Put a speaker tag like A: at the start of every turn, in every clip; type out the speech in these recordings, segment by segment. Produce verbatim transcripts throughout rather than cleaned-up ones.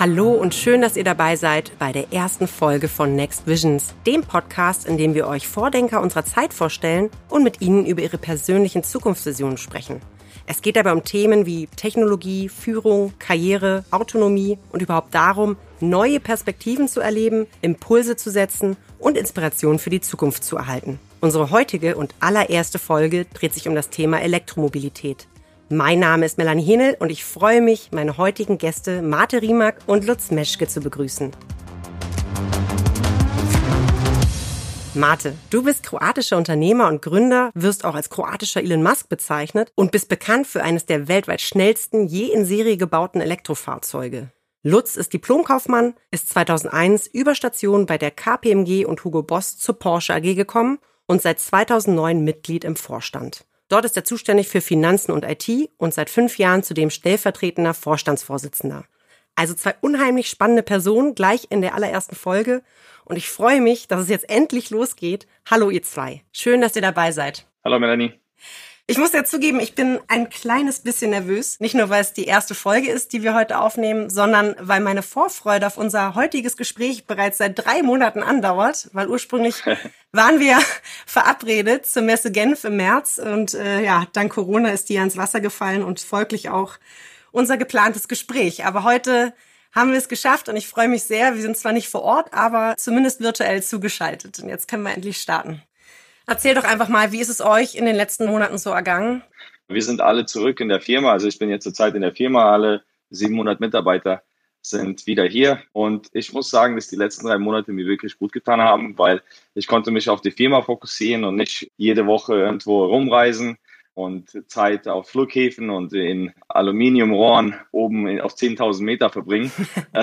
A: Hallo und schön, dass ihr dabei seid bei der ersten Folge von Next Visions, dem Podcast, in dem wir euch Vordenker unserer Zeit vorstellen und mit ihnen über ihre persönlichen Zukunftsvisionen sprechen. Es geht dabei um Themen wie Technologie, Führung, Karriere, Autonomie und überhaupt darum, neue Perspektiven zu erleben, Impulse zu setzen und Inspiration für die Zukunft zu erhalten. Unsere heutige und allererste Folge dreht sich um das Thema Elektromobilität. Mein Name ist Melanie Henel und ich freue mich, meine heutigen Gäste Mate Rimac und Lutz Meschke zu begrüßen. Mate, du bist kroatischer Unternehmer und Gründer, wirst auch als kroatischer Elon Musk bezeichnet und bist bekannt für eines der weltweit schnellsten je in Serie gebauten Elektrofahrzeuge. Lutz ist Diplomkaufmann, ist zweitausendeins über Station bei der K P M G und Hugo Boss zur Porsche A G gekommen und seit zweitausendneun Mitglied im Vorstand. Dort ist er zuständig für Finanzen und I T und seit fünf Jahren zudem stellvertretender Vorstandsvorsitzender. Also zwei unheimlich spannende Personen gleich in der allerersten Folge. Und ich freue mich, dass es jetzt endlich losgeht. Hallo ihr zwei. Schön, dass ihr dabei seid.
B: Hallo Melanie.
A: Ich muss ja zugeben, ich bin ein kleines bisschen nervös. Nicht nur, weil es die erste Folge ist, die wir heute aufnehmen, sondern weil meine Vorfreude auf unser heutiges Gespräch bereits seit drei Monaten andauert. Weil ursprünglich waren wir verabredet zur Messe Genf im März. Und äh, ja, dank Corona ist die ans Wasser gefallen und folglich auch unser geplantes Gespräch. Aber heute haben wir es geschafft und ich freue mich sehr. Wir sind zwar nicht vor Ort, aber zumindest virtuell zugeschaltet. Und jetzt können wir endlich starten. Erzähl doch einfach mal, wie ist es euch in den letzten Monaten so ergangen?
B: Wir sind alle zurück in der Firma. Also ich bin jetzt zurzeit in der Firma. Alle siebenhundert Mitarbeiter sind wieder hier. Und ich muss sagen, dass die letzten drei Monate mir wirklich gut getan haben, weil ich konnte mich auf die Firma fokussieren und nicht jede Woche irgendwo rumreisen und Zeit auf Flughäfen und in Aluminiumrohren oben auf zehntausend Meter verbringen.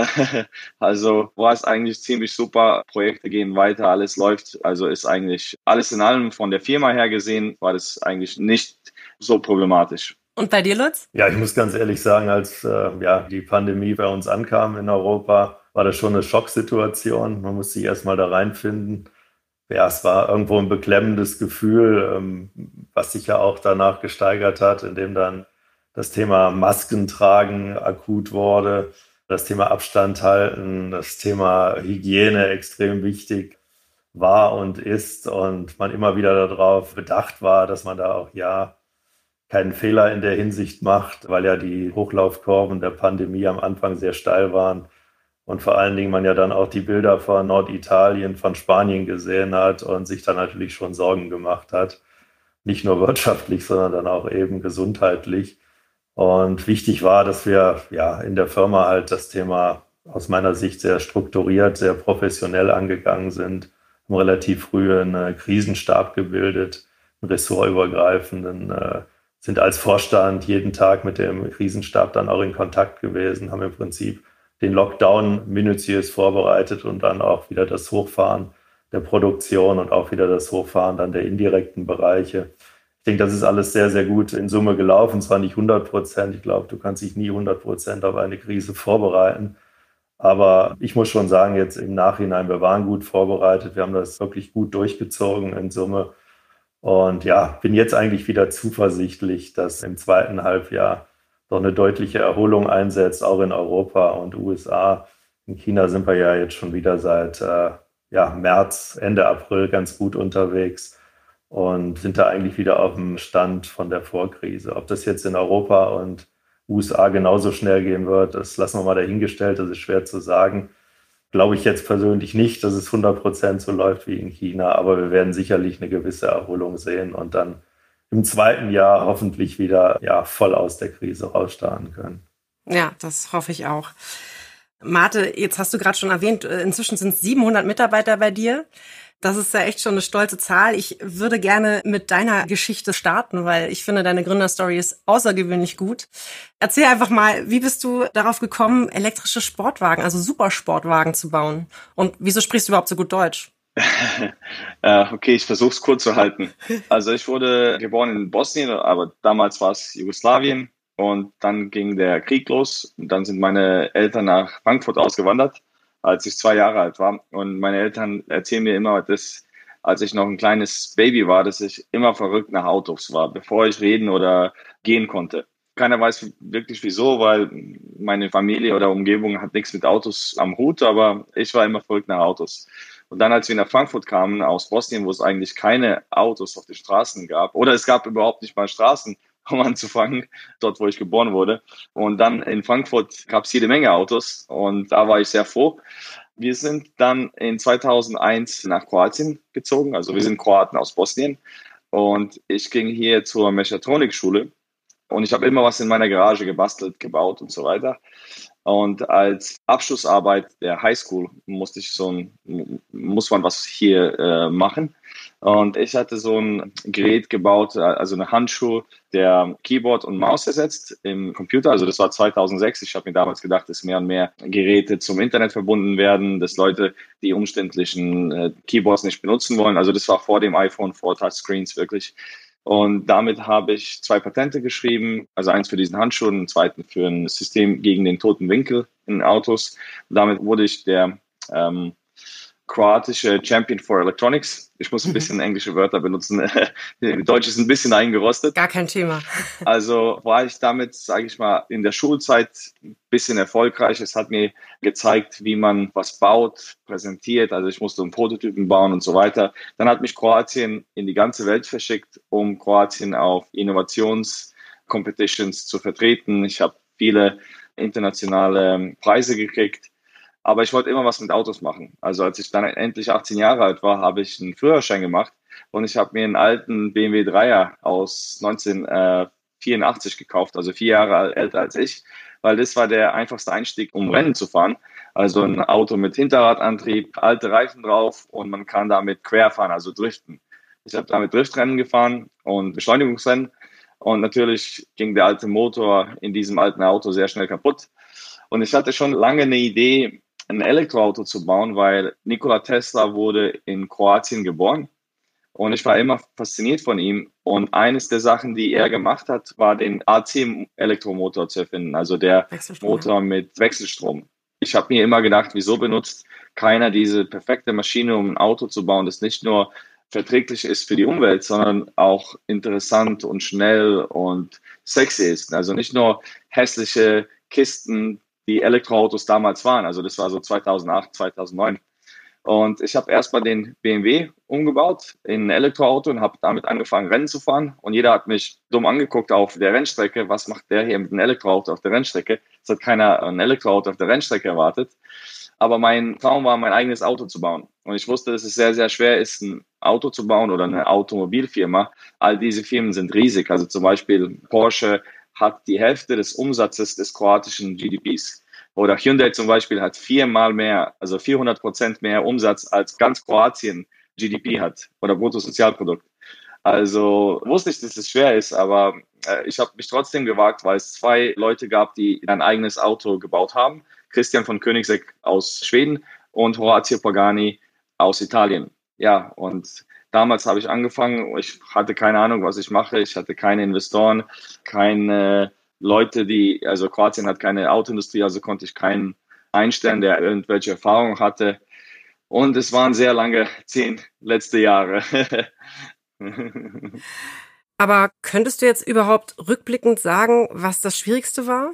B: Also war es eigentlich ziemlich super. Projekte gehen weiter, alles läuft. Also ist eigentlich alles in allem von der Firma her gesehen, war das eigentlich nicht so problematisch.
A: Und bei dir, Lutz?
C: Ja, ich muss ganz ehrlich sagen, als äh, ja, die Pandemie bei uns ankam in Europa, war das schon eine Schocksituation. Man musste sich erstmal da reinfinden. Ja, es war irgendwo ein beklemmendes Gefühl, ähm, was sich ja auch danach gesteigert hat, indem dann das Thema Masken tragen akut wurde, das Thema Abstand halten, das Thema Hygiene extrem wichtig war und ist und man immer wieder darauf bedacht war, dass man da auch ja keinen Fehler in der Hinsicht macht, weil ja die Hochlaufkurven der Pandemie am Anfang sehr steil waren. Und vor allen Dingen man ja dann auch die Bilder von Norditalien, von Spanien gesehen hat und sich dann natürlich schon Sorgen gemacht hat. Nicht nur wirtschaftlich, sondern dann auch eben gesundheitlich. Und wichtig war, dass wir ja in der Firma halt das Thema aus meiner Sicht sehr strukturiert, sehr professionell angegangen sind. Haben relativ früh einen Krisenstab gebildet, einen ressortübergreifenden, äh, sind als Vorstand jeden Tag mit dem Krisenstab dann auch in Kontakt gewesen, haben im Prinzip den Lockdown minutiös vorbereitet und dann auch wieder das Hochfahren der Produktion und auch wieder das Hochfahren dann der indirekten Bereiche. Ich denke, das ist alles sehr, sehr gut in Summe gelaufen. Zwar nicht hundert Prozent. Ich glaube, du kannst dich nie hundert Prozent auf eine Krise vorbereiten. Aber ich muss schon sagen, jetzt im Nachhinein, wir waren gut vorbereitet. Wir haben das wirklich gut durchgezogen in Summe. Und ja, bin jetzt eigentlich wieder zuversichtlich, dass im zweiten Halbjahr doch eine deutliche Erholung einsetzt, auch in Europa und U S A. In China sind wir ja jetzt schon wieder seit äh, ja, März, Ende April ganz gut unterwegs und sind da eigentlich wieder auf dem Stand von der Vorkrise. Ob das jetzt in Europa und U S A genauso schnell gehen wird, das lassen wir mal dahingestellt, das ist schwer zu sagen. Glaube ich jetzt persönlich nicht, dass es hundert Prozent so läuft wie in China, aber wir werden sicherlich eine gewisse Erholung sehen und dann im zweiten Jahr hoffentlich wieder ja, voll aus der Krise rausstarten können.
A: Ja, das hoffe ich auch. Mate, jetzt hast du gerade schon erwähnt, inzwischen sind es siebenhundert Mitarbeiter bei dir. Das ist ja echt schon eine stolze Zahl. Ich würde gerne mit deiner Geschichte starten, weil ich finde, deine Gründerstory ist außergewöhnlich gut. Erzähl einfach mal, wie bist du darauf gekommen, elektrische Sportwagen, also Supersportwagen zu bauen? Und wieso sprichst du überhaupt so gut Deutsch?
B: Ja, okay, ich versuche es kurz zu halten. Also ich wurde geboren in Bosnien, aber damals war es Jugoslawien und dann ging der Krieg los und dann sind meine Eltern nach Frankfurt ausgewandert, als ich zwei Jahre alt war. Und meine Eltern erzählen mir immer, dass als ich noch ein kleines Baby war, dass ich immer verrückt nach Autos war, bevor ich reden oder gehen konnte. Keiner weiß wirklich wieso, weil meine Familie oder Umgebung hat nichts mit Autos am Hut, aber ich war immer verrückt nach Autos. Und dann, als wir nach Frankfurt kamen, aus Bosnien, wo es eigentlich keine Autos auf den Straßen gab, oder es gab überhaupt nicht mal Straßen, um anzufangen, dort, wo ich geboren wurde. Und dann in Frankfurt gab es jede Menge Autos und da war ich sehr froh. Wir sind dann in zweitausendeins nach Kroatien gezogen, also wir sind Kroaten aus Bosnien und ich ging hier zur Mechatronikschule. Und ich habe immer was in meiner Garage gebastelt, gebaut und so weiter. Und als Abschlussarbeit der Highschool musste ich so ein, muss man was hier äh, machen. Und ich hatte so ein Gerät gebaut, also eine Handschuh, der Keyboard und Maus ersetzt im Computer. Also das war zweitausendsechs. Ich habe mir damals gedacht, dass mehr und mehr Geräte zum Internet verbunden werden, dass Leute die umständlichen äh, Keyboards nicht benutzen wollen. Also das war vor dem iPhone, vor Touchscreens wirklich. Und damit habe ich zwei Patente geschrieben, also eins für diesen Handschuh und einen zweiten für ein System gegen den toten Winkel in Autos. Und damit wurde ich der ähm, kroatische Champion for Electronics. Ich muss ein bisschen englische Wörter benutzen. Deutsch ist ein bisschen eingerostet.
A: Gar kein Thema.
B: Also war ich damit, sage ich mal, in der Schulzeit ein bisschen erfolgreich. Es hat mir gezeigt, wie man was baut, präsentiert. Also ich musste einen Prototypen bauen und so weiter. Dann hat mich Kroatien in die ganze Welt verschickt, um Kroatien auf Innovationscompetitions zu vertreten. Ich habe viele internationale Preise gekriegt. Aber ich wollte immer was mit Autos machen. Also als ich dann endlich achtzehn Jahre alt war, habe ich einen Führerschein gemacht und ich habe mir einen alten B M W Dreier aus neunzehnhundertvierundachtzig gekauft, also vier Jahre älter als ich, weil das war der einfachste Einstieg, um Rennen zu fahren. Also ein Auto mit Hinterradantrieb, alte Reifen drauf und man kann damit quer fahren, also driften. Ich habe damit Driftrennen gefahren und Beschleunigungsrennen und natürlich ging der alte Motor in diesem alten Auto sehr schnell kaputt. Und ich hatte schon lange eine Idee, ein Elektroauto zu bauen, weil Nikola Tesla wurde in Kroatien geboren und ich war immer fasziniert von ihm. Und eines der Sachen, die er gemacht hat, war den A C-Elektromotor zu erfinden, also der Motor mit Wechselstrom. Ich habe mir immer gedacht, wieso benutzt keiner diese perfekte Maschine, um ein Auto zu bauen, das nicht nur verträglich ist für die Umwelt, sondern auch interessant und schnell und sexy ist. Also nicht nur hässliche Kisten, die Elektroautos damals waren. Also das war so zweitausendacht, zweitausendneun. Und ich habe erstmal den B M W umgebaut in ein Elektroauto und habe damit angefangen, Rennen zu fahren. Und jeder hat mich dumm angeguckt auf der Rennstrecke. Was macht der hier mit einem Elektroauto auf der Rennstrecke? Es hat keiner ein Elektroauto auf der Rennstrecke erwartet. Aber mein Traum war, mein eigenes Auto zu bauen. Und ich wusste, dass es sehr, sehr schwer ist, ein Auto zu bauen oder eine Automobilfirma. All diese Firmen sind riesig. Also zum Beispiel Porsche hat die Hälfte des Umsatzes des kroatischen G D Ps. Oder Hyundai zum Beispiel hat viermal mehr, also vierhundert Prozent mehr Umsatz als ganz Kroatien G D P hat oder Bruttosozialprodukt. Also wusste ich, dass es schwer ist, aber äh, ich habe mich trotzdem gewagt, weil es zwei Leute gab, die ein eigenes Auto gebaut haben. Christian von Koenigsegg aus Schweden und Horacio Pagani aus Italien. Ja, und damals habe ich angefangen, ich hatte keine Ahnung, was ich mache, ich hatte keine Investoren, keine Leute, die, also Kroatien hat keine Autoindustrie, also konnte ich keinen einstellen, der irgendwelche Erfahrungen hatte. Und es waren sehr lange, zehn letzte Jahre.
A: Aber könntest du jetzt überhaupt rückblickend sagen, was das Schwierigste war?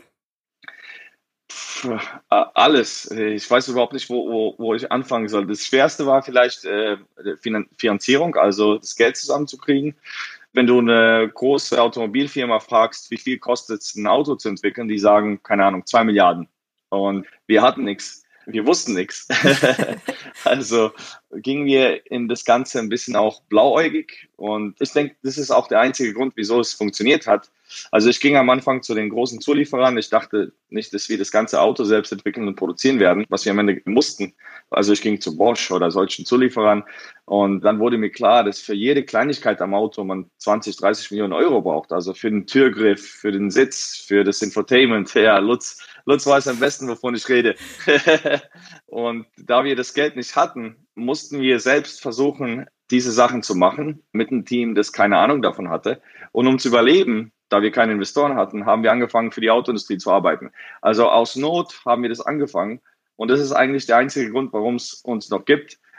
B: Alles. Ich weiß überhaupt nicht, wo, wo, wo ich anfangen soll. Das Schwerste war vielleicht äh, Finanzierung, also das Geld zusammenzukriegen. Wenn du eine große Automobilfirma fragst, wie viel kostet es, ein Auto zu entwickeln, die sagen, keine Ahnung, zwei Milliarden. Und wir hatten nichts. Wir wussten nichts. Also gingen wir in das Ganze ein bisschen auch blauäugig. Und ich denke, das ist auch der einzige Grund, wieso es funktioniert hat. Also ich ging am Anfang zu den großen Zulieferern. Ich dachte nicht, dass wir das ganze Auto selbst entwickeln und produzieren werden, was wir am Ende mussten. Also ich ging zu Bosch oder solchen Zulieferern. Und dann wurde mir klar, dass für jede Kleinigkeit am Auto man zwanzig, dreißig Millionen Euro braucht. Also für den Türgriff, für den Sitz, für das Infotainment. Ja, Lutz, Lutz weiß am besten, wovon ich rede. Und da wir das Geld nicht hatten, mussten wir selbst versuchen, diese Sachen zu machen mit einem Team, das keine Ahnung davon hatte. Und um zu überleben, da wir keine Investoren hatten, haben wir angefangen, für die Autoindustrie zu arbeiten. Also aus Not haben wir das angefangen. Und das ist eigentlich der einzige Grund, warum es uns noch gibt.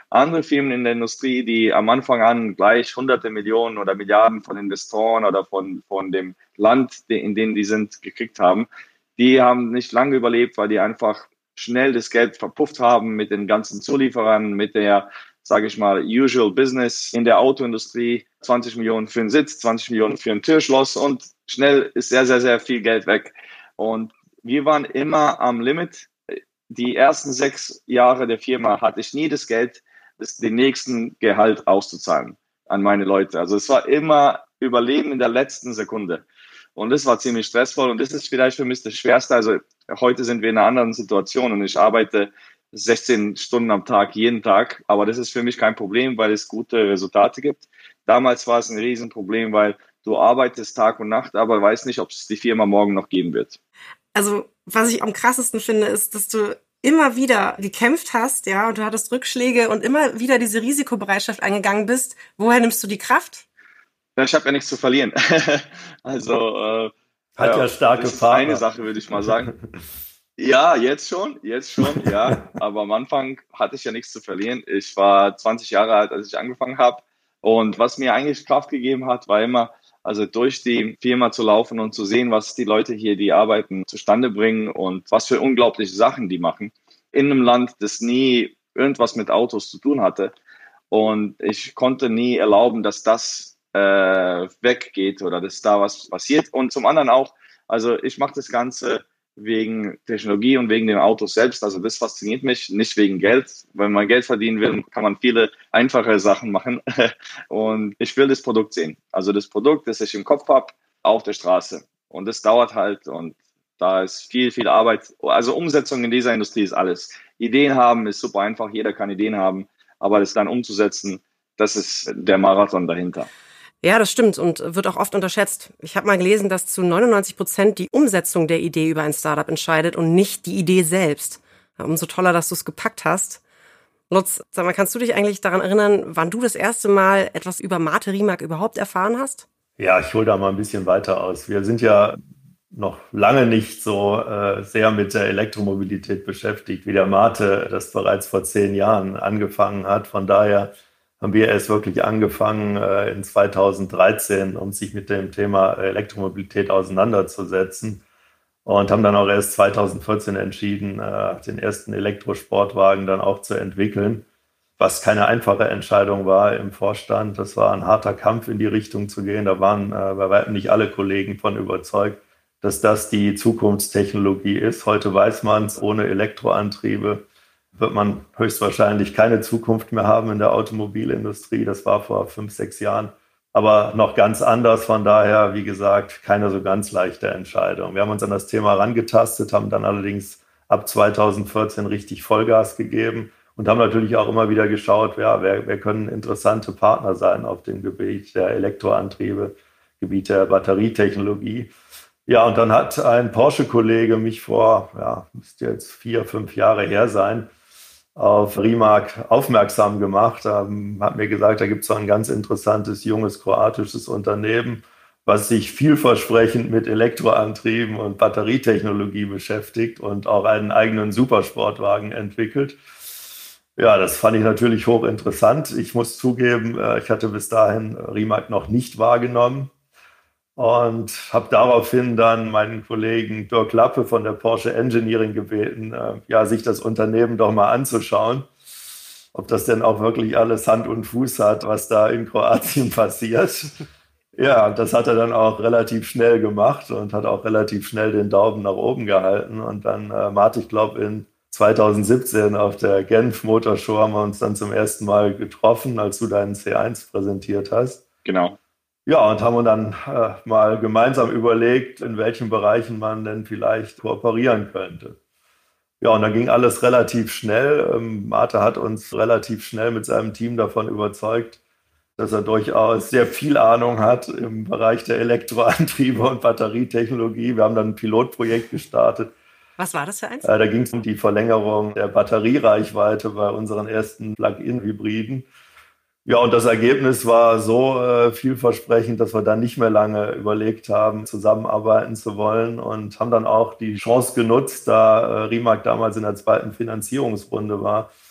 B: andere Firmen in der Industrie, die am Anfang an gleich hunderte Millionen oder Milliarden von Investoren oder von, von dem Land, in dem die sind, gekriegt haben, die haben nicht lange überlebt, weil die einfach schnell das Geld verpufft haben mit den ganzen Zulieferern, mit der, sage ich mal, usual business in der Autoindustrie. zwanzig Millionen für einen Sitz, zwanzig Millionen für ein Türschloss und schnell ist sehr, sehr, sehr viel Geld weg. Und wir waren immer am Limit. Die ersten sechs Jahre der Firma hatte ich nie das Geld, das, den nächsten Gehalt auszuzahlen an meine Leute. Also es war immer Überleben in der letzten Sekunde. Und das war ziemlich stressvoll und das ist vielleicht für mich das Schwerste. Also heute sind wir in einer anderen Situation und ich arbeite sechzehn Stunden am Tag, jeden Tag. Aber das ist für mich kein Problem, weil es gute Resultate gibt. Damals war es ein Riesenproblem, weil du arbeitest Tag und Nacht, aber weißt nicht, ob es die Firma morgen noch geben wird.
A: Also was ich am krassesten finde, ist, dass du immer wieder gekämpft hast, ja, und du hattest Rückschläge und immer wieder diese Risikobereitschaft eingegangen bist. Woher nimmst du die Kraft?
B: Ich habe ja nichts zu verlieren. also äh,
C: hat ja, ja starke
B: das ist
C: Partner.
B: Eine Sache, würde ich mal sagen. Ja, jetzt schon, jetzt schon, ja. Aber am Anfang hatte ich ja nichts zu verlieren. Ich war zwanzig Jahre alt, als ich angefangen habe. Und was mir eigentlich Kraft gegeben hat, war immer, also durch die Firma zu laufen und zu sehen, was die Leute hier, die arbeiten, zustande bringen und was für unglaubliche Sachen die machen. In einem Land, das nie irgendwas mit Autos zu tun hatte. Und ich konnte nie erlauben, dass das äh, weggeht oder dass da was passiert. Und zum anderen auch, also ich mache das Ganze wegen Technologie und wegen den Autos selbst. Also das fasziniert mich, nicht wegen Geld. Wenn man Geld verdienen will, kann man viele einfache Sachen machen. Und ich will das Produkt sehen. Also das Produkt, das ich im Kopf habe, auf der Straße. Und das dauert halt und da ist viel, viel Arbeit. Also Umsetzung in dieser Industrie ist alles. Ideen haben ist super einfach, jeder kann Ideen haben. Aber das dann umzusetzen, das ist der Marathon dahinter.
A: Ja, das stimmt und wird auch oft unterschätzt. Ich habe mal gelesen, dass zu neunundneunzig Prozent die Umsetzung der Idee über ein Startup entscheidet und nicht die Idee selbst. Umso toller, dass du es gepackt hast. Lutz, sag mal, kannst du dich eigentlich daran erinnern, wann du das erste Mal etwas über Mate Rimac überhaupt erfahren hast?
C: Ja, ich hole da mal ein bisschen weiter aus. Wir sind ja noch lange nicht so äh, sehr mit der Elektromobilität beschäftigt, wie der Mate das bereits vor zehn Jahren angefangen hat. Von daher haben wir erst wirklich angefangen äh, in zweitausenddreizehn, um sich mit dem Thema Elektromobilität auseinanderzusetzen und haben dann auch erst zweitausendvierzehn entschieden, äh, den ersten Elektrosportwagen dann auch zu entwickeln, was keine einfache Entscheidung war im Vorstand. Das war ein harter Kampf, in die Richtung zu gehen. Da waren äh, bei weitem nicht alle Kollegen von überzeugt, dass das die Zukunftstechnologie ist. Heute weiß man es, ohne Elektroantriebe wird man höchstwahrscheinlich keine Zukunft mehr haben in der Automobilindustrie. Das war vor fünf, sechs Jahren aber noch ganz anders. Von daher, wie gesagt, keine so ganz leichte Entscheidung. Wir haben uns an das Thema herangetastet, haben dann allerdings ab zweitausendvierzehn richtig Vollgas gegeben und haben natürlich auch immer wieder geschaut, ja, wer, wer können interessante Partner sein auf dem Gebiet der Elektroantriebe, Gebiet der Batterietechnologie. Ja, und dann hat ein Porsche-Kollege mich vor, ja, müsste jetzt vier, fünf Jahre her sein, auf Rimac aufmerksam gemacht, ähm, hat mir gesagt, da gibt es so ein ganz interessantes, junges kroatisches Unternehmen, was sich vielversprechend mit Elektroantrieben und Batterietechnologie beschäftigt und auch einen eigenen Supersportwagen entwickelt. Ja, das fand ich natürlich hochinteressant. Ich muss zugeben, äh, ich hatte bis dahin Rimac noch nicht wahrgenommen. Und habe daraufhin dann meinen Kollegen Dirk Lappe von der Porsche Engineering gebeten, äh, ja, sich das Unternehmen doch mal anzuschauen, ob das denn auch wirklich alles Hand und Fuß hat, was da in Kroatien passiert. Ja, das hat er dann auch relativ schnell gemacht und hat auch relativ schnell den Daumen nach oben gehalten. Und dann, äh, Mate, ich glaube, in zweitausendsiebzehn auf der Genf Motor Show haben wir uns dann zum ersten Mal getroffen, als du deinen C eins präsentiert hast.
B: Genau.
C: Ja, und haben dann äh, mal gemeinsam überlegt, in welchen Bereichen man denn vielleicht kooperieren könnte. Ja, und dann ging alles relativ schnell. Ähm, Mate hat uns relativ schnell mit seinem Team davon überzeugt, dass er durchaus sehr viel Ahnung hat im Bereich der Elektroantriebe und Batterietechnologie. Wir haben dann ein Pilotprojekt gestartet.
A: Was war das für eins?
C: Äh, da ging es um die Verlängerung der Batteriereichweite bei unseren ersten Plug-in-Hybriden. Ja, und das Ergebnis war so äh, vielversprechend, dass wir dann nicht mehr lange überlegt haben, zusammenarbeiten zu wollen und haben dann auch die Chance genutzt, da äh, Rimac damals in der zweiten Finanzierungsrunde war,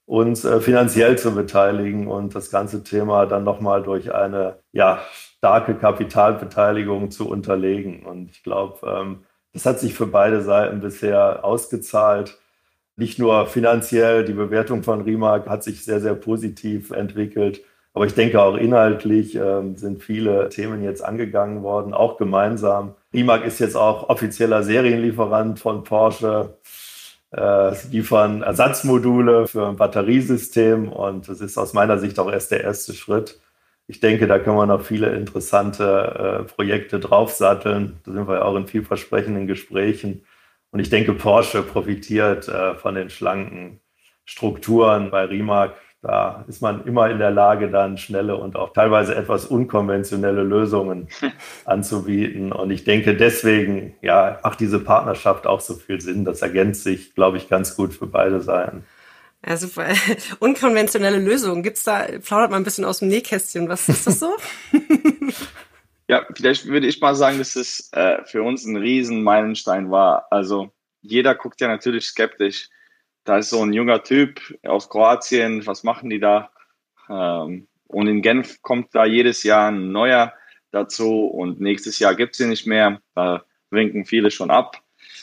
C: uns äh, finanziell zu beteiligen und das ganze Thema dann nochmal durch eine ja, starke Kapitalbeteiligung zu unterlegen. Und ich glaube, ähm, das hat sich für beide Seiten bisher ausgezahlt. Nicht nur finanziell, die Bewertung von Rimac hat sich sehr, sehr positiv entwickelt. Aber ich denke auch inhaltlich ähm, sind viele Themen jetzt angegangen worden, auch gemeinsam. Rimac ist jetzt auch offizieller Serienlieferant von Porsche. Äh, sie liefern Ersatzmodule für ein Batteriesystem und das ist aus meiner Sicht auch erst der erste Schritt. Ich denke, da können wir noch viele interessante äh, Projekte draufsatteln. Da sind wir ja auch in vielversprechenden Gesprächen. Und ich denke, Porsche profitiert äh, von den schlanken Strukturen bei Rimac. Da ist man immer in der Lage, dann schnelle und auch teilweise etwas unkonventionelle Lösungen anzubieten. Und ich denke, deswegen ja, macht diese Partnerschaft auch so viel Sinn. Das ergänzt sich, glaube ich, ganz gut für beide Seiten.
A: Ja, super. Unkonventionelle Lösungen. Gibt's da, plaudert mal ein bisschen aus dem Nähkästchen. Was ist das so?
B: Ja, vielleicht würde ich mal sagen, dass es äh, für uns ein riesen Meilenstein war. Also jeder guckt ja natürlich skeptisch. Da ist so ein junger Typ aus Kroatien, was machen die da? Ähm, und in Genf kommt da jedes Jahr ein neuer dazu und nächstes Jahr gibt es sie nicht mehr. Da winken viele schon ab.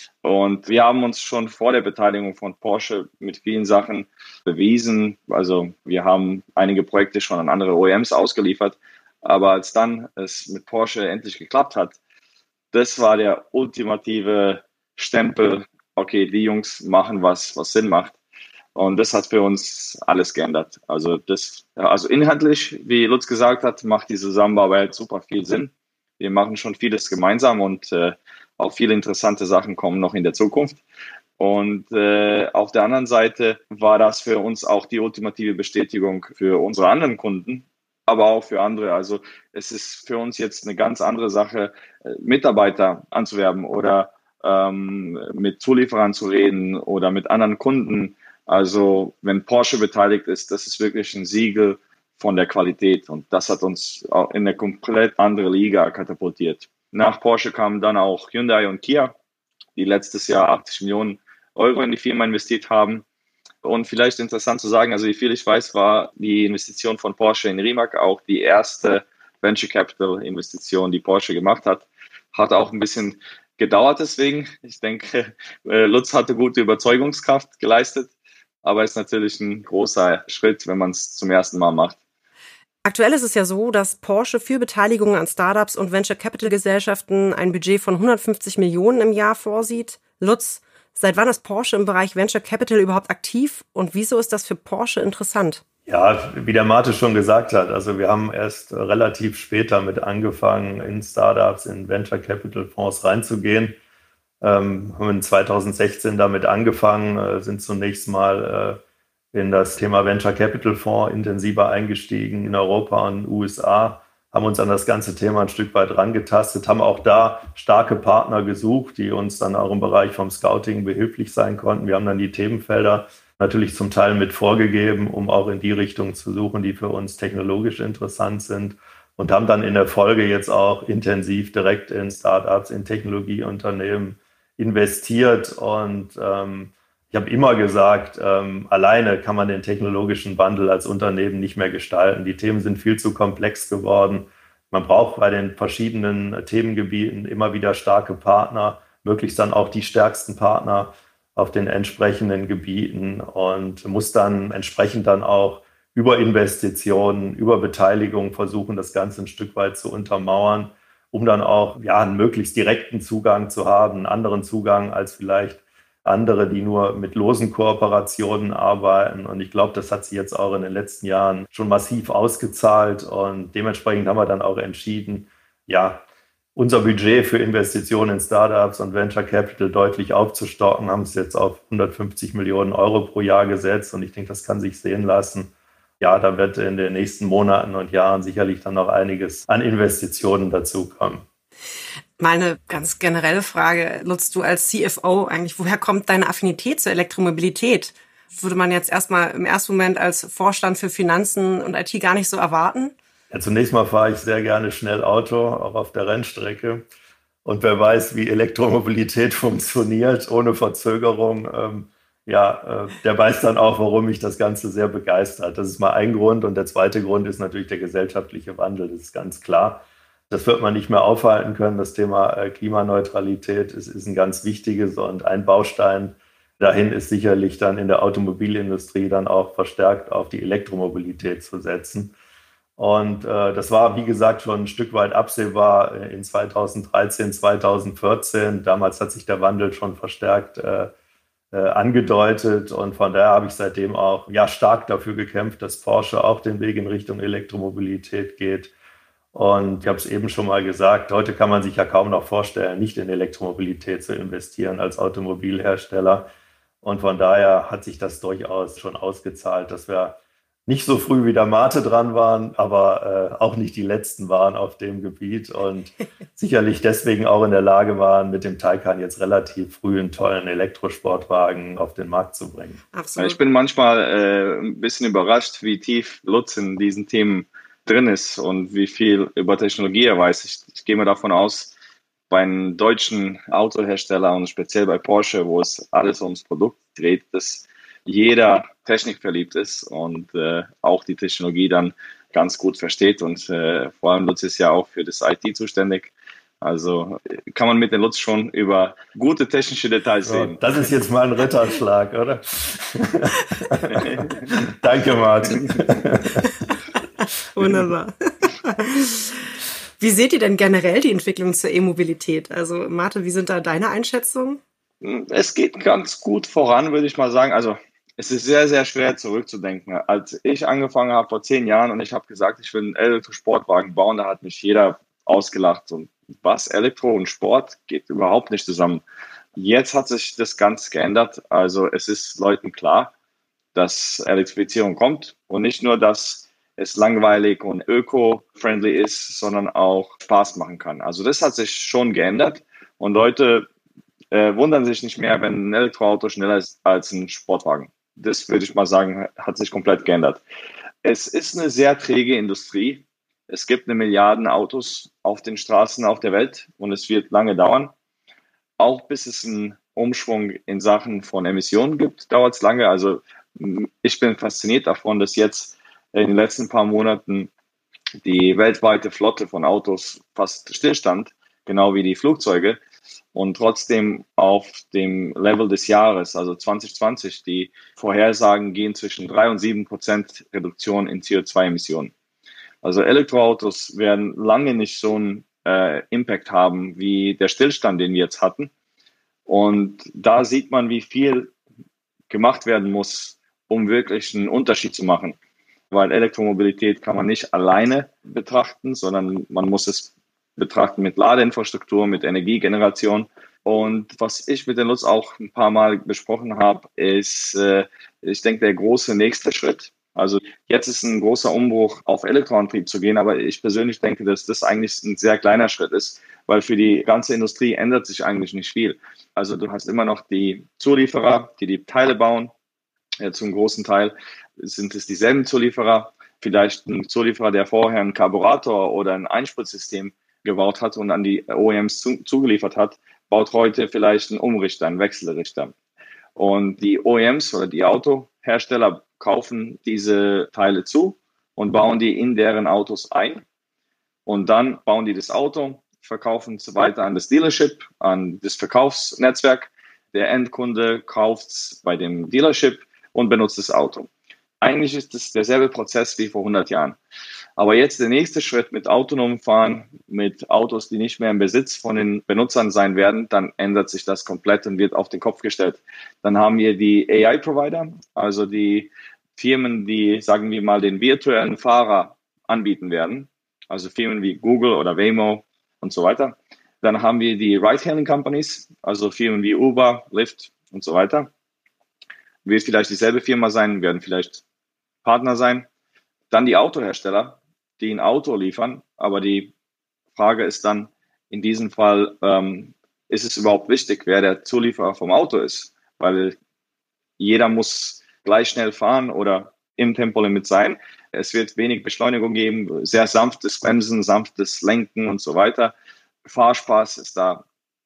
B: Und wir haben uns schon vor der Beteiligung von Porsche mit vielen Sachen bewiesen. Also wir haben einige Projekte schon an andere O E Ms ausgeliefert. Aber als dann es mit Porsche endlich geklappt hat, das war der ultimative Stempel. Okay, die Jungs machen was, was Sinn macht. Und das hat für uns alles geändert. Also das, also inhaltlich, wie Lutz gesagt hat, macht die Zusammenarbeit super viel Sinn. Wir machen schon vieles gemeinsam und äh, auch viele interessante Sachen kommen noch in der Zukunft. Und äh, auf der anderen Seite war das für uns auch die ultimative Bestätigung für unsere anderen Kunden, aber auch für andere. Also es ist für uns jetzt eine ganz andere Sache, Mitarbeiter anzuwerben oder ähm, mit Zulieferern zu reden oder mit anderen Kunden. Also wenn Porsche beteiligt ist, das ist wirklich ein Siegel von der Qualität und das hat uns auch in eine komplett andere Liga katapultiert. Nach Porsche kamen dann auch Hyundai und Kia, die letztes Jahr achtzig Millionen Euro in die Firma investiert haben. Und vielleicht interessant zu sagen, also wie viel ich weiß, war die Investition von Porsche in Rimac auch die erste Venture Capital Investition, die Porsche gemacht hat. Hat auch ein bisschen gedauert deswegen. Ich denke, Lutz hatte gute Überzeugungskraft geleistet, aber ist natürlich ein großer Schritt, wenn man es zum ersten Mal macht.
A: Aktuell ist es ja so, dass Porsche für Beteiligungen an Startups und Venture Capital Gesellschaften ein Budget von hundertfünfzig Millionen im Jahr vorsieht. Lutz, seit wann ist Porsche im Bereich Venture Capital überhaupt aktiv und wieso ist das für Porsche interessant?
C: Ja, wie der Mate schon gesagt hat, also wir haben erst relativ spät damit angefangen, in Startups, in Venture Capital Fonds reinzugehen. Ähm, haben in zweitausendsechzehn damit angefangen, äh, sind zunächst mal äh, in das Thema Venture Capital Fonds intensiver eingestiegen in Europa und U S A, haben uns an das ganze Thema ein Stück weit rangetastet, haben auch da starke Partner gesucht, die uns dann auch im Bereich vom Scouting behilflich sein konnten. Wir haben dann die Themenfelder natürlich zum Teil mit vorgegeben, um auch in die Richtung zu suchen, die für uns technologisch interessant sind und haben dann in der Folge jetzt auch intensiv direkt in Startups, in Technologieunternehmen investiert und ähm, ich habe immer gesagt, ähm, alleine kann man den technologischen Wandel als Unternehmen nicht mehr gestalten. Die Themen sind viel zu komplex geworden. Man braucht bei den verschiedenen Themengebieten immer wieder starke Partner, möglichst dann auch die stärksten Partner auf den entsprechenden Gebieten und muss dann entsprechend dann auch über Investitionen, über Beteiligung versuchen, das Ganze ein Stück weit zu untermauern, um dann auch ja, einen möglichst direkten Zugang zu haben, einen anderen Zugang als vielleicht andere, die nur mit losen Kooperationen arbeiten. Und ich glaube, das hat sich jetzt auch in den letzten Jahren schon massiv ausgezahlt und dementsprechend haben wir dann auch entschieden, ja, unser Budget für Investitionen in Startups und Venture Capital deutlich aufzustocken, haben es jetzt auf hundertfünfzig Millionen Euro pro Jahr gesetzt und ich denke, das kann sich sehen lassen. Ja, da wird in den nächsten Monaten und Jahren sicherlich dann noch einiges an Investitionen dazukommen.
A: Mal eine ganz generelle Frage, Lutz, du als C F O eigentlich, woher kommt deine Affinität zur Elektromobilität? Würde man jetzt erstmal im ersten Moment als Vorstand für Finanzen und I T gar nicht so erwarten?
C: Ja, zunächst mal fahre ich sehr gerne schnell Auto, auch auf der Rennstrecke. Und wer weiß, wie Elektromobilität funktioniert, ohne Verzögerung, ähm, ja, äh, der weiß dann auch, warum mich das Ganze sehr begeistert. Das ist mal ein Grund. Und der zweite Grund ist natürlich der gesellschaftliche Wandel. Das ist ganz klar. Das wird man nicht mehr aufhalten können. Das Thema äh, Klimaneutralität ist, ist ein ganz wichtiges und ein Baustein dahin ist sicherlich dann in der Automobilindustrie dann auch verstärkt auf die Elektromobilität zu setzen. Und äh, das war, wie gesagt, schon ein Stück weit absehbar in zweitausenddreizehn, zweitausendvierzehn. Damals hat sich der Wandel schon verstärkt äh, äh, angedeutet. Und von daher habe ich seitdem auch ja, stark dafür gekämpft, dass Porsche auch den Weg in Richtung Elektromobilität geht. Und ich habe es eben schon mal gesagt, heute kann man sich ja kaum noch vorstellen, nicht in Elektromobilität zu investieren als Automobilhersteller. Und von daher hat sich das durchaus schon ausgezahlt, dass wir nicht so früh wie der Mate dran waren, aber äh, auch nicht die Letzten waren auf dem Gebiet und sicherlich deswegen auch in der Lage waren, mit dem Taycan jetzt relativ früh einen tollen Elektrosportwagen auf den Markt zu bringen.
B: Absolut. Ich bin manchmal äh, ein bisschen überrascht, wie tief Lutz in diesen Themen drin ist und wie viel über Technologie er weiß. Ich, ich gehe mal davon aus, bei einem deutschen Autohersteller und speziell bei Porsche, wo es alles ums Produkt dreht, dass jeder Technik verliebt ist und äh, auch die Technologie dann ganz gut versteht. Und äh, vor allem Lutz ist ja auch für das I T zuständig. Also kann man mit dem Lutz schon über gute technische Details
C: so,
B: reden.
C: Das ist jetzt mal ein Ritterschlag, oder? Danke, Martin.
A: Wunderbar. Wie seht ihr denn generell die Entwicklung zur E-Mobilität? Also Mate, wie sind da deine Einschätzungen?
B: Es geht ganz gut voran, würde ich mal sagen. Also es ist sehr, sehr schwer zurückzudenken. Als ich angefangen habe vor zehn Jahren und ich habe gesagt, ich will einen Elektrosportwagen bauen, da hat mich jeder ausgelacht. Und was, Elektro und Sport geht überhaupt nicht zusammen. Jetzt hat sich das ganz geändert. Also es ist Leuten klar, dass Elektrifizierung kommt und nicht nur, dass es langweilig und öko-friendly ist, sondern auch Spaß machen kann. Also das hat sich schon geändert und Leute äh, wundern sich nicht mehr, wenn ein Elektroauto schneller ist als ein Sportwagen. Das würde ich mal sagen, hat sich komplett geändert. Es ist eine sehr träge Industrie. Es gibt eine Milliarden Autos auf den Straßen auf der Welt und es wird lange dauern. Auch bis es einen Umschwung in Sachen von Emissionen gibt, dauert es lange. Also ich bin fasziniert davon, dass jetzt in den letzten paar Monaten die weltweite Flotte von Autos fast stillstand, genau wie die Flugzeuge. Und trotzdem auf dem Level des Jahres, also zwanzig zwanzig, die Vorhersagen gehen zwischen drei und sieben Prozent Reduktion in C O zwei Emissionen. Also Elektroautos werden lange nicht so einen äh, Impact haben wie der Stillstand, den wir jetzt hatten. Und da sieht man, wie viel gemacht werden muss, um wirklich einen Unterschied zu machen. Weil Elektromobilität kann man nicht alleine betrachten, sondern man muss es betrachten mit Ladeinfrastruktur, mit Energiegeneration. Und was ich mit den Lutz auch ein paar Mal besprochen habe, ist, äh, ich denke, der große nächste Schritt. Also jetzt ist ein großer Umbruch, auf Elektroantrieb zu gehen, aber ich persönlich denke, dass das eigentlich ein sehr kleiner Schritt ist, weil für die ganze Industrie ändert sich eigentlich nicht viel. Also du hast immer noch die Zulieferer, die die Teile bauen, ja, zum großen Teil sind es dieselben Zulieferer, vielleicht ein Zulieferer, der vorher einen Karburator oder ein Einspritzsystem gebaut hat und an die O E Ms zu, zugeliefert hat, baut heute vielleicht einen Umrichter, einen Wechselrichter. Und die O E Ms oder die Autohersteller kaufen diese Teile zu und bauen die in deren Autos ein. Und dann bauen die das Auto, verkaufen es weiter an das Dealership, an das Verkaufsnetzwerk. Der Endkunde kauft es bei dem Dealership und benutzt das Auto. Eigentlich ist es derselbe Prozess wie vor hundert Jahren. Aber jetzt der nächste Schritt mit autonomem Fahren, mit Autos, die nicht mehr im Besitz von den Benutzern sein werden, dann ändert sich das komplett und wird auf den Kopf gestellt. Dann haben wir die A I-Provider, also die Firmen, die, sagen wir mal, den virtuellen Fahrer anbieten werden. Also Firmen wie Google oder Waymo und so weiter. Dann haben wir die Ride-Hailing-Companies, also Firmen wie Uber, Lyft und so weiter. Wird vielleicht dieselbe Firma sein, werden vielleicht Partner sein. Dann die Autohersteller, die ein Auto liefern. Aber die Frage ist dann, in diesem Fall, ähm, ist es überhaupt wichtig, wer der Zulieferer vom Auto ist? Weil jeder muss gleich schnell fahren oder im Tempolimit sein. Es wird wenig Beschleunigung geben, sehr sanftes Bremsen, sanftes Lenken und so weiter. Fahrspaß ist da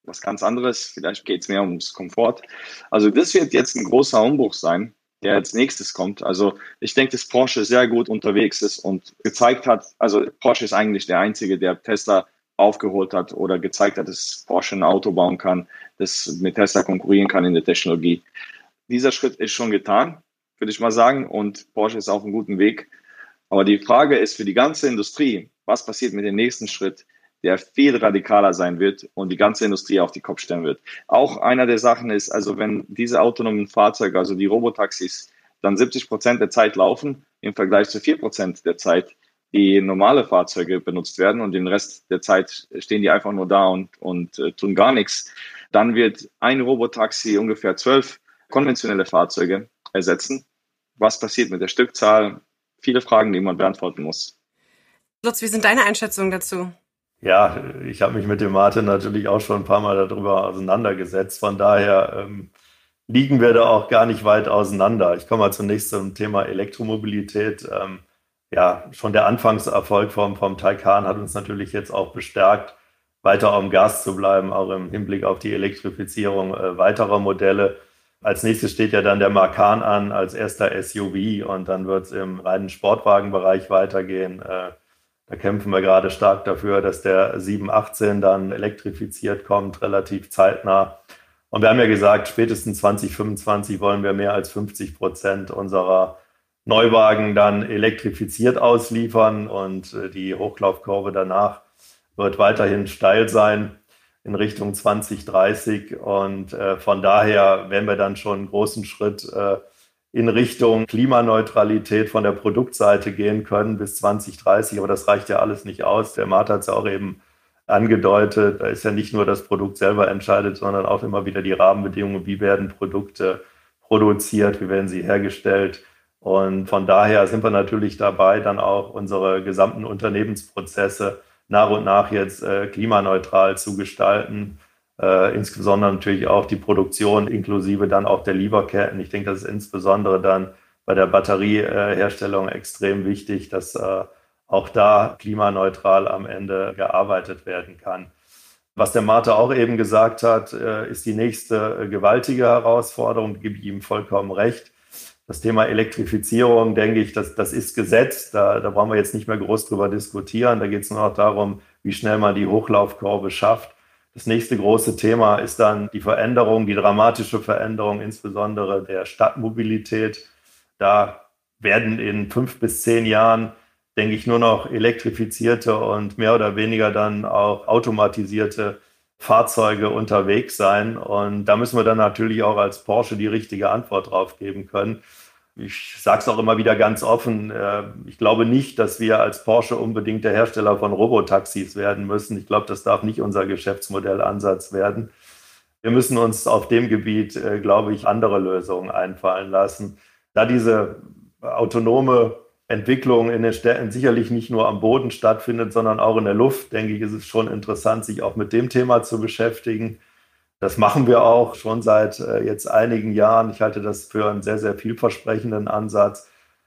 B: was ganz anderes. Vielleicht geht es mehr ums Komfort. Also das wird jetzt ein großer Umbruch sein, der als nächstes kommt. Also ich denke, dass Porsche sehr gut unterwegs ist und gezeigt hat, also Porsche ist eigentlich der Einzige, der Tesla aufgeholt hat oder gezeigt hat, dass Porsche ein Auto bauen kann, das mit Tesla konkurrieren kann in der Technologie. Dieser Schritt ist schon getan, würde ich mal sagen, und Porsche ist auf einem guten Weg. Aber die Frage ist für die ganze Industrie, was passiert mit dem nächsten Schritt, der viel radikaler sein wird und die ganze Industrie auf die Kopf stellen wird. Auch einer der Sachen ist, also wenn diese autonomen Fahrzeuge, also die Robotaxis, dann siebzig Prozent der Zeit laufen, im Vergleich zu vier Prozent der Zeit, die normale Fahrzeuge benutzt werden und den Rest der Zeit stehen die einfach nur da und, und äh, tun gar nichts, dann wird ein Robotaxi ungefähr zwölf konventionelle Fahrzeuge ersetzen. Was passiert mit der Stückzahl? Viele Fragen, die man beantworten muss.
A: Lutz, wie sind deine Einschätzungen dazu?
C: Ja, ich habe mich mit dem Martin natürlich auch schon ein paar Mal darüber auseinandergesetzt. Von daher ähm, liegen wir da auch gar nicht weit auseinander. Ich komme mal zunächst zum Thema Elektromobilität. Ähm, ja, schon der Anfangserfolg vom, vom Taycan hat uns natürlich jetzt auch bestärkt, weiter am Gas zu bleiben, auch im Hinblick auf die Elektrifizierung äh, weiterer Modelle. Als nächstes steht ja dann der Macan an als erster S U V und dann wird es im reinen Sportwagenbereich weitergehen. Äh, Da kämpfen wir gerade stark dafür, dass der sieben achtzehn dann elektrifiziert kommt, relativ zeitnah. Und wir haben ja gesagt, spätestens zwanzig fünfundzwanzig wollen wir mehr als fünfzig Prozent unserer Neuwagen dann elektrifiziert ausliefern. Und die Hochlaufkurve danach wird weiterhin steil sein in Richtung zwanzig dreißig. Und äh, von daher werden wir dann schon einen großen Schritt äh, in Richtung Klimaneutralität von der Produktseite gehen können bis zwanzig dreißig. Aber das reicht ja alles nicht aus. Der Martin hat es ja auch eben angedeutet. Da ist ja nicht nur das Produkt selber entscheidet, sondern auch immer wieder die Rahmenbedingungen. Wie werden Produkte produziert? Wie werden sie hergestellt? Und von daher sind wir natürlich dabei, dann auch unsere gesamten Unternehmensprozesse nach und nach jetzt äh, klimaneutral zu gestalten. Äh, insbesondere natürlich auch die Produktion inklusive dann auch der Lieferketten. Ich denke, das ist insbesondere dann bei der Batterieherstellung extrem wichtig, dass äh, auch da klimaneutral am Ende gearbeitet werden kann. Was der Martin auch eben gesagt hat, äh, ist die nächste äh, gewaltige Herausforderung, da gebe ich ihm vollkommen recht. Das Thema Elektrifizierung, denke ich, das, das ist gesetzt. Da, da brauchen wir jetzt nicht mehr groß drüber diskutieren. Da geht es nur noch darum, wie schnell man die Hochlaufkurve schafft. Das nächste große Thema ist dann die Veränderung, die dramatische Veränderung, insbesondere der Stadtmobilität. Da werden in fünf bis zehn Jahren, denke ich, nur noch elektrifizierte und mehr oder weniger dann auch automatisierte Fahrzeuge unterwegs sein. Und da müssen wir dann natürlich auch als Porsche die richtige Antwort drauf geben können. Ich sage es auch immer wieder ganz offen, ich glaube nicht, dass wir als Porsche unbedingt der Hersteller von Robotaxis werden müssen. Ich glaube, das darf nicht unser Geschäftsmodellansatz werden. Wir müssen uns auf dem Gebiet, glaube ich, andere Lösungen einfallen lassen. Da diese autonome Entwicklung in den Städten sicherlich nicht nur am Boden stattfindet, sondern auch in der Luft, denke ich, ist es schon interessant, sich auch mit dem Thema zu beschäftigen. Das machen wir auch schon seit äh, jetzt einigen Jahren. Ich halte das für einen sehr, sehr vielversprechenden Ansatz.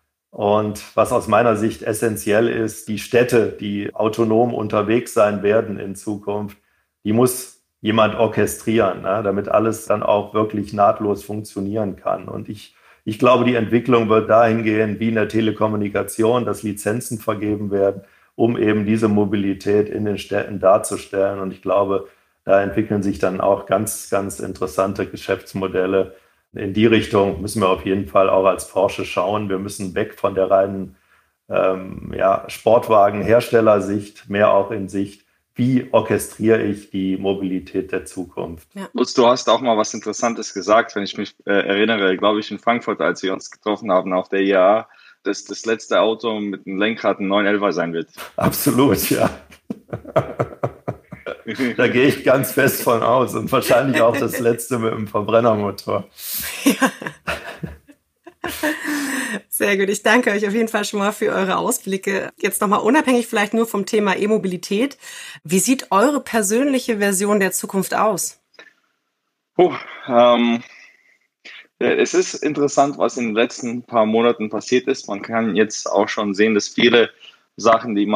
C: Und was aus meiner Sicht essentiell ist, die Städte, die autonom unterwegs sein werden in Zukunft, die muss jemand orchestrieren, ne, damit alles dann auch wirklich nahtlos funktionieren kann. Und ich, ich glaube, die Entwicklung wird dahin gehen, wie in der Telekommunikation, dass Lizenzen vergeben werden, um eben diese Mobilität in den Städten darzustellen. Und ich glaube, da entwickeln sich dann auch ganz, ganz interessante Geschäftsmodelle. In die Richtung müssen wir auf jeden Fall auch als Porsche schauen. Wir müssen weg von der reinen ähm, ja, Sportwagen-Herstellersicht, mehr auch in Sicht, wie orchestriere ich die Mobilität der Zukunft.
B: Ja. Lutz, du hast auch mal was Interessantes gesagt, wenn ich mich äh, erinnere, glaube ich, in Frankfurt, als wir uns getroffen haben auf der I A A, dass das letzte Auto mit einem Lenkrad ein neun elfer sein wird.
C: Absolut, ja. Da gehe ich ganz fest von aus und wahrscheinlich auch das letzte mit dem Verbrennermotor.
A: Ja. Sehr gut, ich danke euch auf jeden Fall schon mal für eure Ausblicke. Jetzt nochmal unabhängig vielleicht nur vom Thema E-Mobilität. Wie sieht eure persönliche Version der Zukunft aus?
B: Oh, ähm, es ist interessant, was in den letzten paar Monaten passiert ist. Man kann jetzt auch schon sehen, dass viele Sachen, die man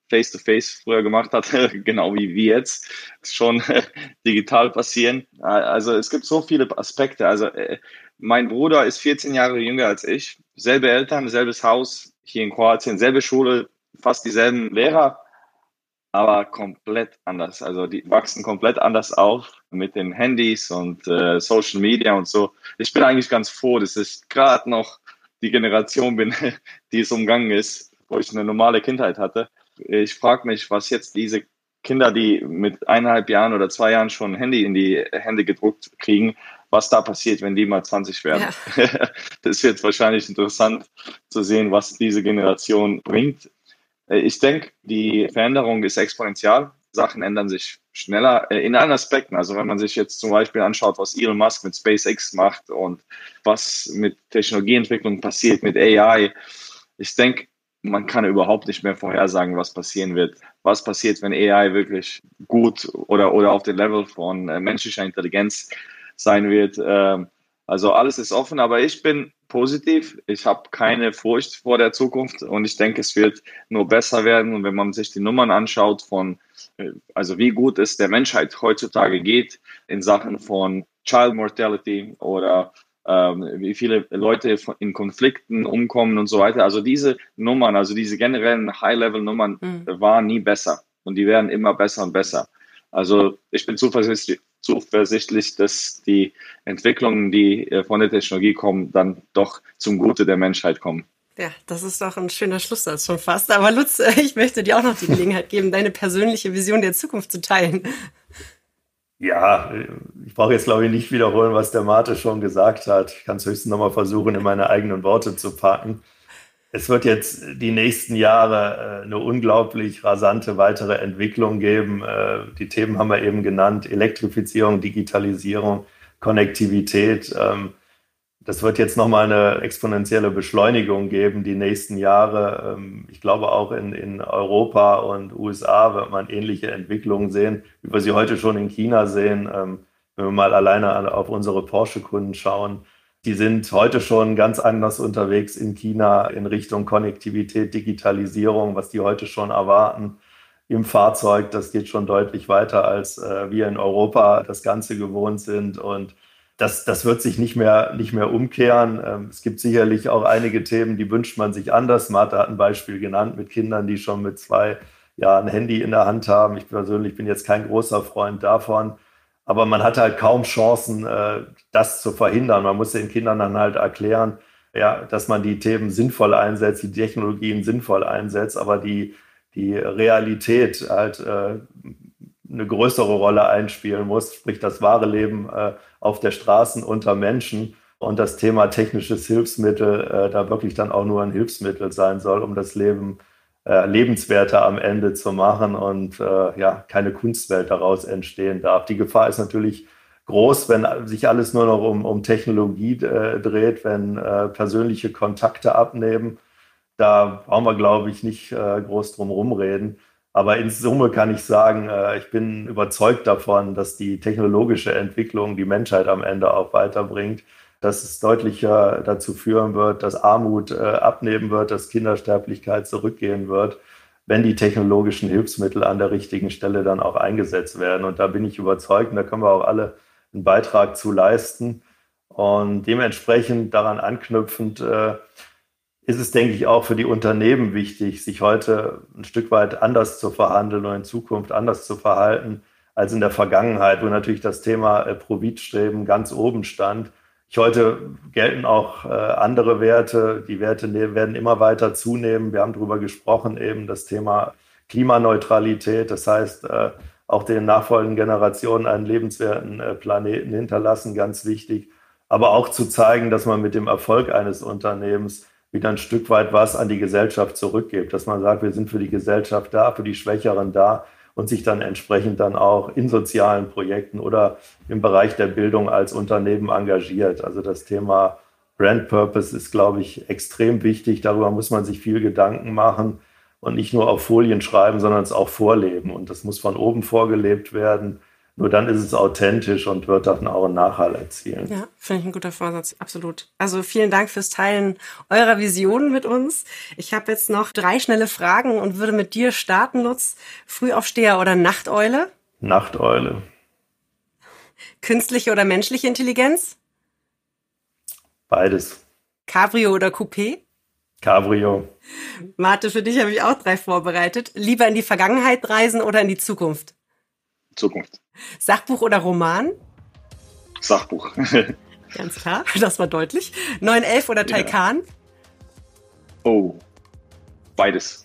B: Face-to-Face früher gemacht hat, genau wie wir jetzt, schon digital passieren. Also es gibt so viele Aspekte. Also mein Bruder ist vierzehn Jahre jünger als ich, selbe Eltern, selbes Haus hier in Kroatien, selbe Schule, fast dieselben Lehrer, aber komplett anders. Also die wachsen komplett anders auf mit den Handys und äh, Social Media und so. Ich bin eigentlich ganz froh, dass ich gerade noch die Generation bin, die es umgangen ist, wo ich eine normale Kindheit hatte. Ich frage mich, was jetzt diese Kinder, die mit eineinhalb Jahren oder zwei Jahren schon ein Handy in die Hände gedruckt kriegen, was da passiert, wenn die mal zwanzig werden. Ja. Das wird wahrscheinlich interessant zu sehen, was diese Generation bringt. Ich denke, die Veränderung ist exponentiell. Sachen ändern sich schneller in allen Aspekten. Also wenn man sich jetzt zum Beispiel anschaut, was Elon Musk mit SpaceX macht und was mit Technologieentwicklung passiert, mit A I. Ich denke, man kann überhaupt nicht mehr vorhersagen, was passieren wird. Was passiert, wenn A I wirklich gut oder, oder auf dem Level von menschlicher Intelligenz sein wird. Also alles ist offen, aber ich bin positiv. Ich habe keine Furcht vor der Zukunft und ich denke, es wird nur besser werden. Und wenn man sich die Nummern anschaut von, also wie gut es der Menschheit heutzutage geht in Sachen von Child Mortality oder ähm, wie viele Leute in Konflikten umkommen und so weiter. Also diese Nummern, also diese generellen High-Level-Nummern mhm. waren nie besser und die werden immer besser und besser. Also ich bin zuversichtlich, zuversichtlich, dass die Entwicklungen, die von der Technologie kommen, dann doch zum Gute der Menschheit kommen.
A: Ja, das ist doch ein schöner Schlusssatz schon fast. Aber Lutz, ich möchte dir auch noch die Gelegenheit geben, deine persönliche Vision der Zukunft zu teilen.
C: Ja, ich brauche jetzt, glaube ich, nicht wiederholen, was der Mate schon gesagt hat. Ich kann es höchstens nochmal versuchen, in meine eigenen Worte zu packen. Es wird jetzt die nächsten Jahre eine unglaublich rasante weitere Entwicklung geben. Die Themen haben wir eben genannt: Elektrifizierung, Digitalisierung, Konnektivität. Das wird jetzt nochmal eine exponentielle Beschleunigung geben, die nächsten Jahre. Ich glaube, auch in, in Europa und U S A wird man ähnliche Entwicklungen sehen, wie wir sie heute schon in China sehen. Wenn wir mal alleine auf unsere Porsche-Kunden schauen, die sind heute schon ganz anders unterwegs in China in Richtung Konnektivität, Digitalisierung, was die heute schon erwarten im Fahrzeug. Das geht schon deutlich weiter, als wir in Europa das Ganze gewohnt sind. Und Das, das wird sich nicht mehr, nicht mehr umkehren. Es gibt sicherlich auch einige Themen, die wünscht man sich anders. Martha hat ein Beispiel genannt mit Kindern, die schon mit zwei Jahren ein Handy in der Hand haben. Ich persönlich bin jetzt kein großer Freund davon. Aber man hat halt kaum Chancen, das zu verhindern. Man muss den Kindern dann halt erklären, ja, dass man die Themen sinnvoll einsetzt, die Technologien sinnvoll einsetzt, aber die, die Realität halt eine größere Rolle einspielen muss, sprich das wahre Leben äh, auf der Straße unter Menschen und das Thema technisches Hilfsmittel äh, da wirklich dann auch nur ein Hilfsmittel sein soll, um das Leben äh, lebenswerter am Ende zu machen und äh, ja, keine Kunstwelt daraus entstehen darf. Die Gefahr ist natürlich groß, wenn sich alles nur noch um, um Technologie äh, dreht, wenn äh, persönliche Kontakte abnehmen. Da brauchen wir, glaube ich, nicht äh, groß drum rumreden. Aber in Summe kann ich sagen, ich bin überzeugt davon, dass die technologische Entwicklung die Menschheit am Ende auch weiterbringt, dass es deutlicher dazu führen wird, dass Armut abnehmen wird, dass Kindersterblichkeit zurückgehen wird, wenn die technologischen Hilfsmittel an der richtigen Stelle dann auch eingesetzt werden. Und da bin ich überzeugt, und da können wir auch alle einen Beitrag zu leisten. Und dementsprechend daran anknüpfend, ist es, denke ich, auch für die Unternehmen wichtig, sich heute ein Stück weit anders zu verhandeln und in Zukunft anders zu verhalten als in der Vergangenheit, wo natürlich das Thema Profitstreben ganz oben stand. Ich heute gelten auch äh, andere Werte. Die Werte ne- werden immer weiter zunehmen. Wir haben darüber gesprochen, eben das Thema Klimaneutralität. Das heißt, äh, auch den nachfolgenden Generationen einen lebenswerten äh, Planeten hinterlassen, ganz wichtig. Aber auch zu zeigen, dass man mit dem Erfolg eines Unternehmens wieder ein Stück weit was an die Gesellschaft zurückgibt, dass man sagt, wir sind für die Gesellschaft da, für die Schwächeren da und sich dann entsprechend dann auch in sozialen Projekten oder im Bereich der Bildung als Unternehmen engagiert. Also das Thema Brand Purpose ist, glaube ich, extrem wichtig. Darüber muss man sich viel Gedanken machen und nicht nur auf Folien schreiben, sondern es auch vorleben. Und das muss von oben vorgelebt werden. Nur dann ist es authentisch und wird dann auch einen Nachhall erzielen.
A: Ja, finde ich ein guter Vorsatz, absolut. Also vielen Dank fürs Teilen eurer Visionen mit uns. Ich habe jetzt noch drei schnelle Fragen und würde mit dir starten, Lutz. Frühaufsteher oder Nachteule?
C: Nachteule.
A: Künstliche oder menschliche Intelligenz?
C: Beides.
A: Cabrio oder Coupé?
C: Cabrio.
A: Mate, für dich habe ich auch drei vorbereitet. Lieber in die Vergangenheit reisen oder in die Zukunft?
B: Zukunft.
A: Sachbuch oder Roman?
B: Sachbuch.
A: Ganz klar, das war deutlich. neun elf oder Taycan?
B: Ja. Oh, beides.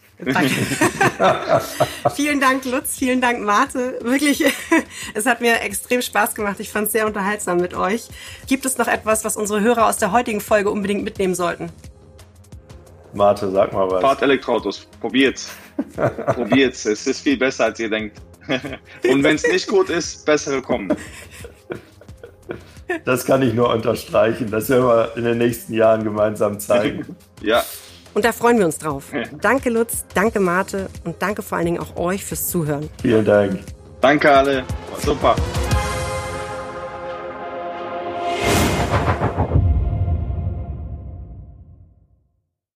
A: Vielen Dank, Lutz. Vielen Dank, Mate. Wirklich, es hat mir extrem Spaß gemacht. Ich fand es sehr unterhaltsam mit euch. Gibt es noch etwas, was unsere Hörer aus der heutigen Folge unbedingt mitnehmen sollten?
C: Mate, sag mal was.
B: Fahrt Elektroautos. Probiert's. Probiert's. Es ist viel besser, als ihr denkt. Und wenn es nicht gut ist, bessere kommen.
C: Das kann ich nur unterstreichen. Das werden wir in den nächsten Jahren gemeinsam zeigen.
B: Ja.
A: Und da freuen wir uns drauf. Danke, Lutz. Danke, Mate. Und danke vor allen Dingen auch euch fürs Zuhören.
C: Vielen Dank.
B: Danke alle. Super.